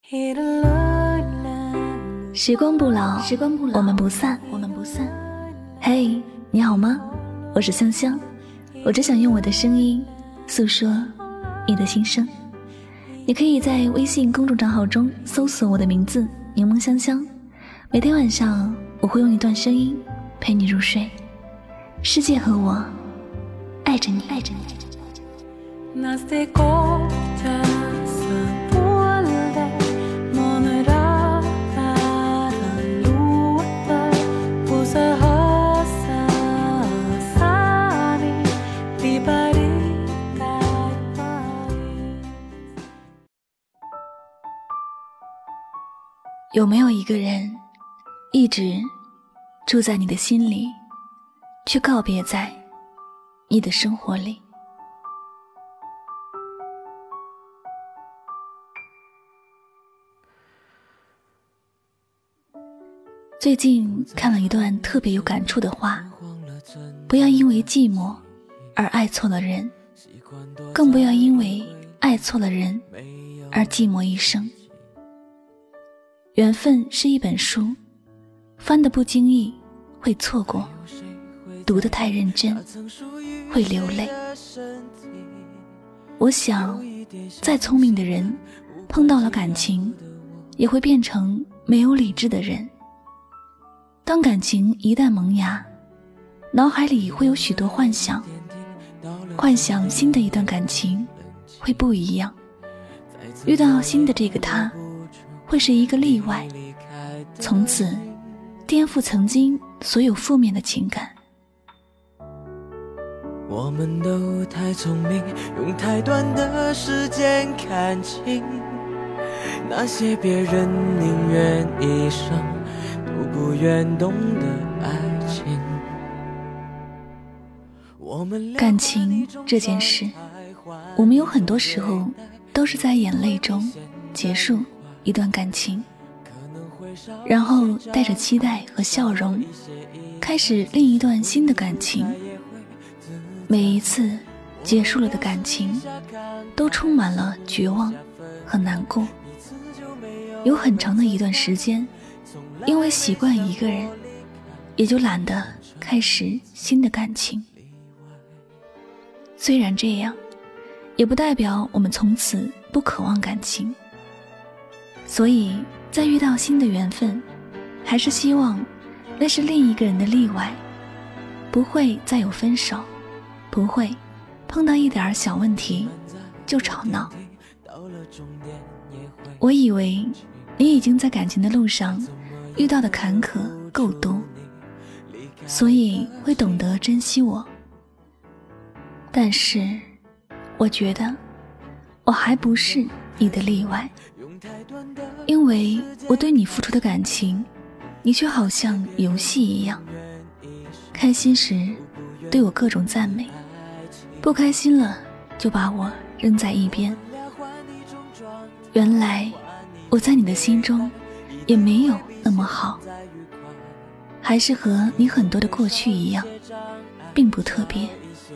时光不老，我们不散。嘿，你好吗？我是香香，我只想用我的声音诉说你的心声。你可以在微信公众账号中搜索我的名字柠檬香香，每天晚上我会用一段声音陪你入睡。世界和我爱着你，爱着你。有没有一个人一直住在你的心里，却告别在你的生活里？最近看了一段特别有感触的话，不要因为寂寞而爱错了人，更不要因为爱错了人而寂寞一生。缘分是一本书，翻得不经意会错过，读得太认真会流泪。我想再聪明的人碰到了感情也会变成没有理智的人。当感情一旦萌芽，脑海里会有许多幻想，幻想新的一段感情会不一样，遇到新的这个他会是一个例外，从此颠覆曾经所有负面的情感。 我们都太聪明，用太短的时间看清那些别人宁愿一生都不愿懂的爱情。 感情这件事，我们有很多时候都是在眼泪中结束一段感情，然后带着期待和笑容开始另一段新的感情。每一次结束了的感情都充满了绝望和难过，有很长的一段时间因为习惯一个人，也就懒得开始新的感情。虽然这样，也不代表我们从此不渴望感情，所以在遇到新的缘分，还是希望那是另一个人的例外，不会再有分手，不会碰到一点小问题就吵闹。我以为你已经在感情的路上遇到的坎坷够多，所以会懂得珍惜我。但是我觉得我还不是你的例外，因为我对你付出的感情，你却好像游戏一样，开心时对我各种赞美，不开心了就把我扔在一边。原来我在你的心中也没有那么好，还是和你很多的过去一样，并不特别。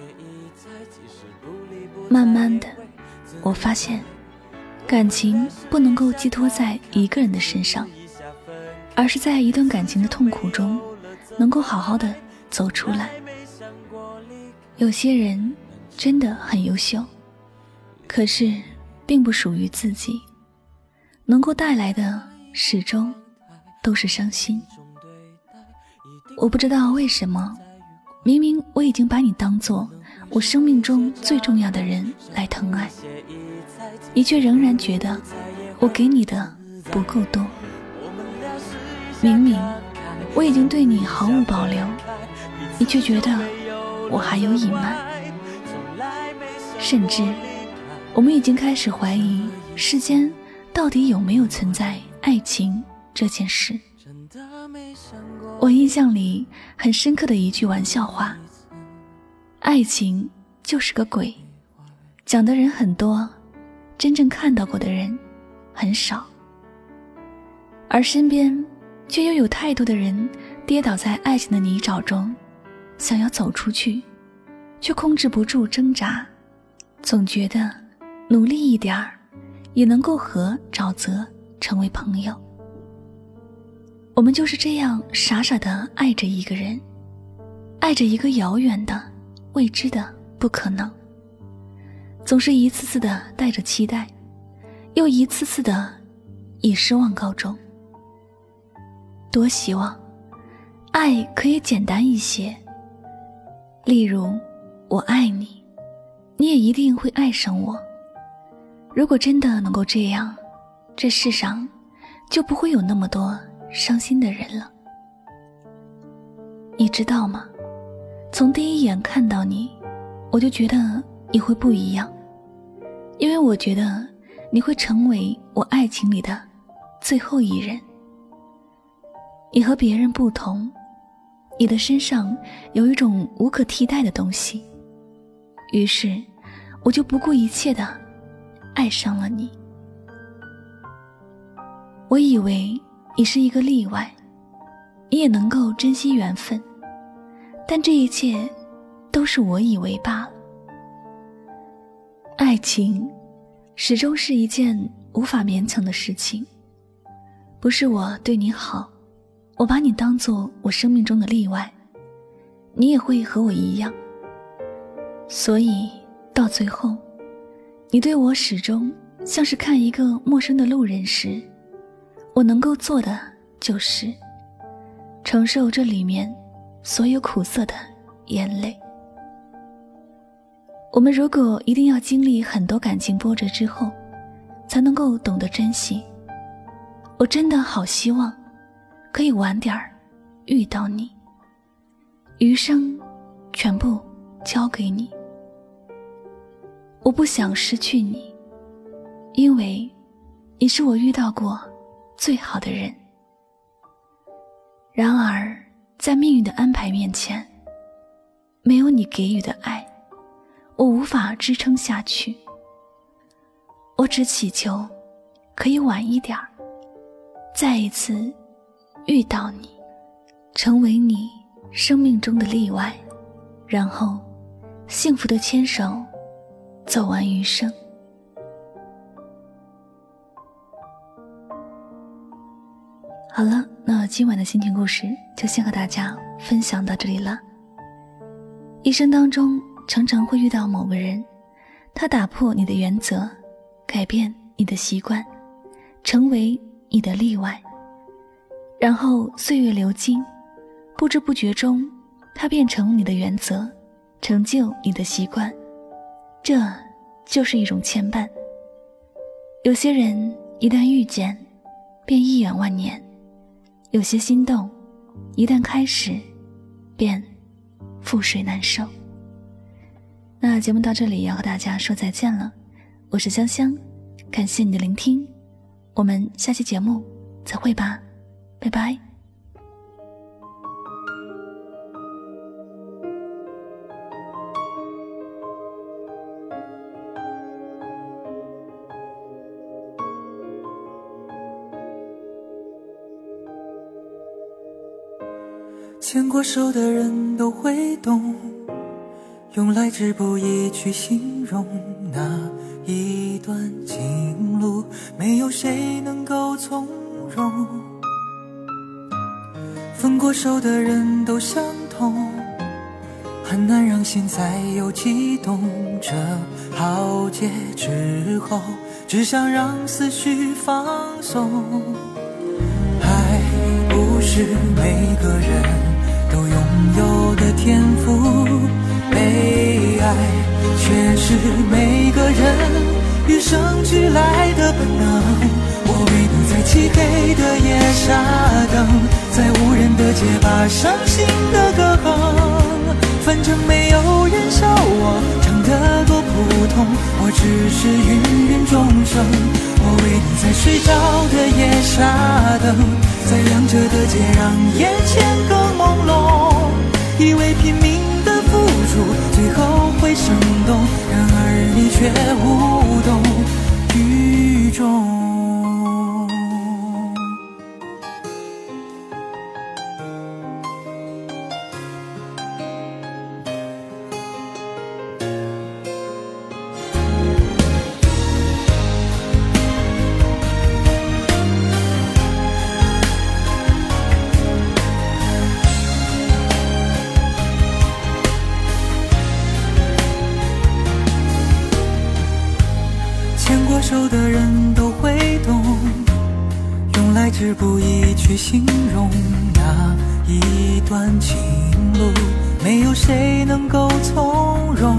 慢慢的我发现感情不能够寄托在一个人的身上，而是在一段感情的痛苦中能够好好的走出来。有些人真的很优秀，可是并不属于自己，能够带来的始终都是伤心。我不知道为什么，明明我已经把你当作我生命中最重要的人来疼爱，你却仍然觉得我给你的不够多。明明我已经对你毫无保留，你却觉得我还有隐瞒。甚至我们已经开始怀疑世间到底有没有存在爱情这件事。我印象里很深刻的一句玩笑话，爱情就是个鬼，讲的人很多，真正看到过的人很少，而身边却又有太多的人跌倒在爱情的泥沼中，想要走出去，却控制不住挣扎，总觉得努力一点儿也能够和沼泽成为朋友。我们就是这样傻傻地爱着一个人，爱着一个遥远的未知的不可能，总是一次次地带着期待，又一次次地以失望告终。多希望爱可以简单一些，例如我爱你，你也一定会爱上我。如果真的能够这样，这世上就不会有那么多伤心的人了。你知道吗？从第一眼看到你，我就觉得你会不一样，因为我觉得你会成为我爱情里的最后一人。你和别人不同，你的身上有一种无可替代的东西，于是我就不顾一切地爱上了你。我以为你是一个例外，你也能够珍惜缘分，但这一切都是我以为罢了。爱情始终是一件无法勉强的事情，不是我对你好，我把你当作我生命中的例外，你也会和我一样。所以到最后，你对我始终像是看一个陌生的路人时，我能够做的就是承受这里面所有苦涩的眼泪。我们如果一定要经历很多感情波折之后才能够懂得珍惜，我真的好希望可以晚点遇到你，余生全部交给你。我不想失去你，因为你是我遇到过最好的人。然而在命运的安排面前，没有你给予的爱，我无法支撑下去。我只祈求可以晚一点，再一次遇到你，成为你生命中的例外，然后幸福的牵手走完余生。好了，那今晚的心情故事就先和大家分享到这里了。一生当中常常会遇到某个人，他打破你的原则，改变你的习惯，成为你的例外。然后岁月流金，不知不觉中他变成你的原则，成就你的习惯，这就是一种牵绊。有些人一旦遇见便一眼万年，有些心动一旦开始便覆水难收。那节目到这里要和大家说再见了，我是香香，感谢你的聆听，我们下期节目再会吧，拜拜。 牵过手的人都会懂，用来之不易去形容那一段情路，没有谁能够从容。分过手的人都相同，很难让心再有悸动。这浩劫之后，只想让思绪放松。爱不是每个人都拥有的天赋，被爱却是每个人与生俱来的本能。我为你在漆黑的夜傻等，在无人的街把伤心的歌哼，反正没有人笑我唱得多普通，我只是芸芸众生。我为你在睡着的夜傻等，在亮着的街让眼前更朦胧，以为拼命的付出最后会生动，然而你却无动于衷。 来之不易去形容那一段情路，没有谁能够从容。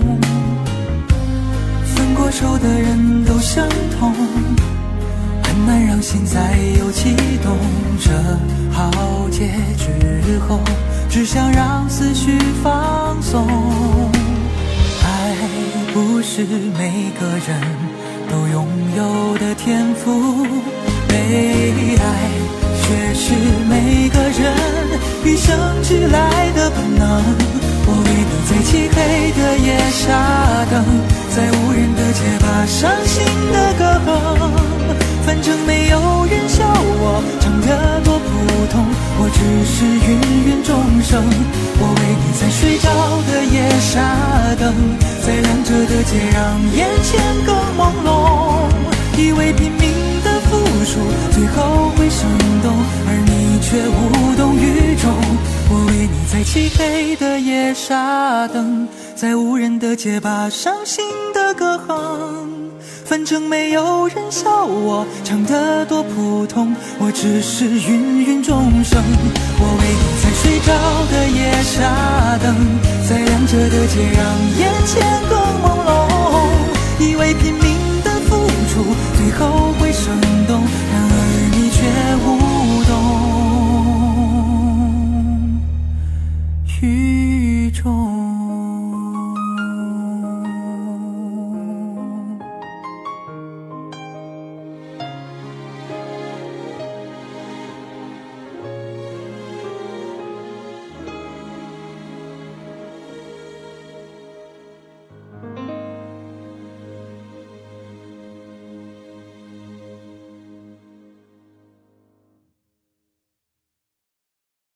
分过手的人都相同，很难让心再有悸动。这浩劫之后，只想让思绪放松。爱不是每个人都拥有的天赋，被爱却是每个人与生俱来的本能。我为你在漆黑的夜傻等，在无人的街把伤心的歌哼，反正没有人笑我唱得多普通，我只是芸芸众生。我为你在睡着的夜傻等，在亮着的街让眼前更朦胧，以为拼命的付出最后会生动，而你却无动于衷。我为你在漆黑的夜傻等，在无人的街把伤心的歌哼，反正没有人笑我唱得多普通，我只是芸芸众生。我为你在睡着的夜傻等，在亮着的街让眼前更朦胧，以为拼命的付出最后会生动，